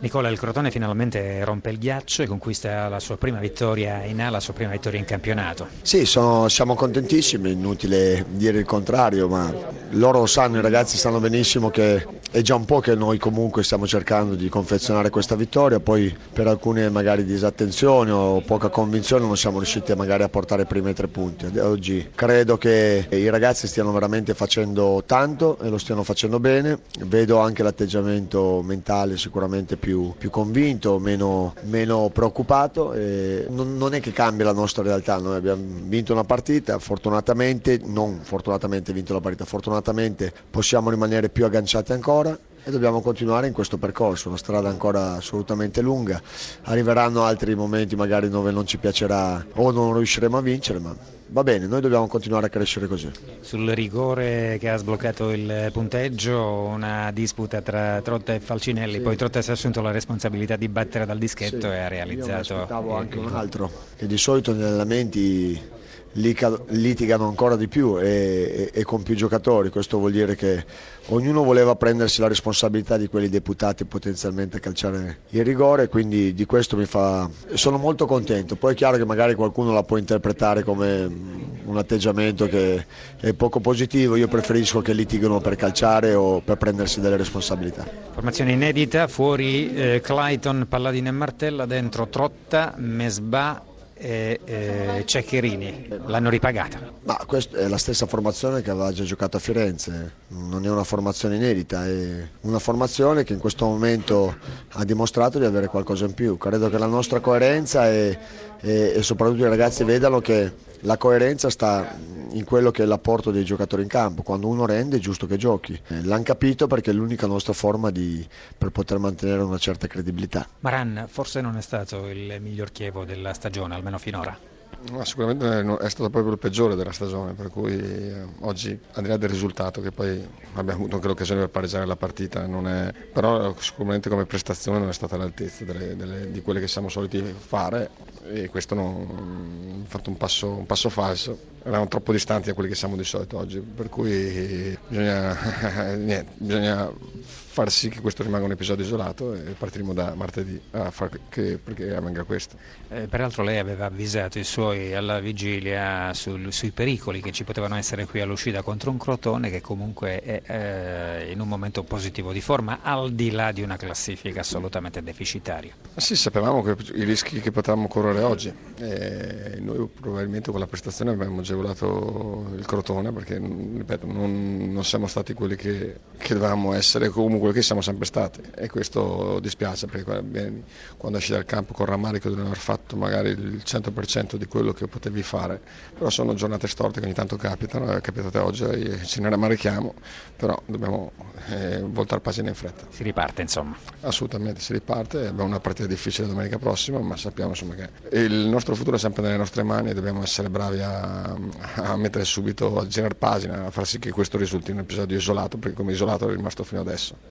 Nicola, il Crotone finalmente rompe il ghiaccio e conquista la sua prima vittoria in A, la sua prima vittoria in campionato. Sì, siamo contentissimi, inutile dire il contrario, ma loro sanno, i ragazzi sanno benissimo che è già un po' che noi comunque stiamo cercando di confezionare questa vittoria, poi per alcune magari disattenzioni o poca convinzione non siamo riusciti magari a portare prima i 3 punti. Ad oggi credo che i ragazzi stiano veramente facendo tanto e lo stiano facendo bene, vedo anche l'atteggiamento mentale sicuramente più convinto, meno preoccupato. E non è che cambia la nostra realtà, noi abbiamo vinto una partita, fortunatamente vinto la partita, fortunatamente possiamo rimanere più agganciati ancora e dobbiamo continuare in questo percorso, una strada ancora assolutamente lunga, arriveranno altri momenti magari dove non ci piacerà o non riusciremo a vincere, ma va bene, noi dobbiamo continuare a crescere così. Sul rigore che ha sbloccato il punteggio, una disputa tra Trotta e Falcinelli, Sì. Poi Trotta si è assunto la responsabilità di battere dal dischetto Sì, e ha io mi realizzato aspettavo anche il un gol. altro, che di solito negli allenamenti litigano ancora di più e con più giocatori, questo vuol dire che ognuno voleva prendersi la responsabilità di quelli deputati potenzialmente a calciare il rigore, quindi di questo sono molto contento. Poi è chiaro che magari qualcuno la può interpretare come un atteggiamento che è poco positivo, io preferisco che litigano per calciare o per prendersi delle responsabilità. Formazione inedita, fuori Clayton, Palladino e Martella, dentro Trotta, Mesbah e Ceccherini. L'hanno ripagata. Ma questa è la stessa formazione che aveva già giocato a Firenze, non è una formazione inedita, è una formazione che in questo momento ha dimostrato di avere qualcosa in più. Credo che la nostra coerenza e soprattutto i ragazzi vedano che la coerenza sta in quello che è l'apporto dei giocatori in campo, quando uno rende è giusto che giochi. L'hanno capito perché è l'unica nostra forma per poter mantenere una certa credibilità. Maran forse non è stato il miglior Chievo della stagione, almeno finora. Ma sicuramente è stato proprio il peggiore della stagione, per cui oggi, al di là del risultato, che poi abbiamo avuto anche l'occasione per pareggiare la partita, però sicuramente come prestazione non è stata all'altezza di quelle che siamo soliti fare, e questo ha fatto un passo falso, eravamo troppo distanti da quelli che siamo di solito oggi, per cui bisogna far sì che questo rimanga un episodio isolato e partiremo da martedì perché avvenga questo. Peraltro lei aveva avvisato i suoi alla vigilia sui pericoli che ci potevano essere qui all'uscita contro un Crotone che comunque è in un momento positivo di forma, al di là di una classifica assolutamente deficitaria. Sì, sapevamo che i rischi che potevamo correre oggi, e noi probabilmente con la prestazione abbiamo agevolato il Crotone, perché ripeto, non siamo stati quelli che dovevamo essere, comunque quelli che siamo sempre stati, e questo dispiace, perché quando esci dal campo con rammarico di non aver fatto magari il 100% di quello che potevi fare, però sono giornate storte che ogni tanto capitano, è capitate oggi e ce ne rammarichiamo, però dobbiamo voltare pagina in fretta. Si riparte insomma. Assolutamente, si riparte, abbiamo una partita difficile domenica prossima, ma sappiamo insomma che il nostro futuro è sempre nelle nostre mani e dobbiamo essere bravi a mettere subito, a girare pagina, a far sì che questo risulti un episodio isolato, perché come isolato è rimasto fino adesso.